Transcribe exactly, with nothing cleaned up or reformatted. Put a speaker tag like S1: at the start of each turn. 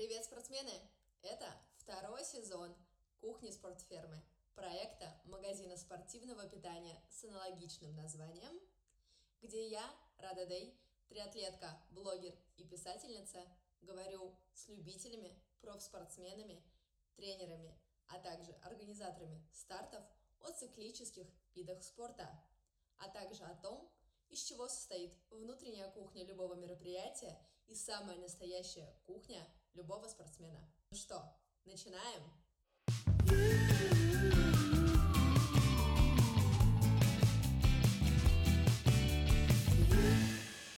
S1: Привет, спортсмены! Это второй сезон «Кухни спортфермы», проекта магазина спортивного питания с аналогичным названием, где я, Рада Дэй, триатлетка, блогер и писательница, говорю с любителями, профспортсменами, тренерами, а также организаторами стартов о циклических видах спорта, а также о том, из чего состоит внутренняя кухня любого мероприятия и самая настоящая кухня любого спортсмена. Ну что, начинаем?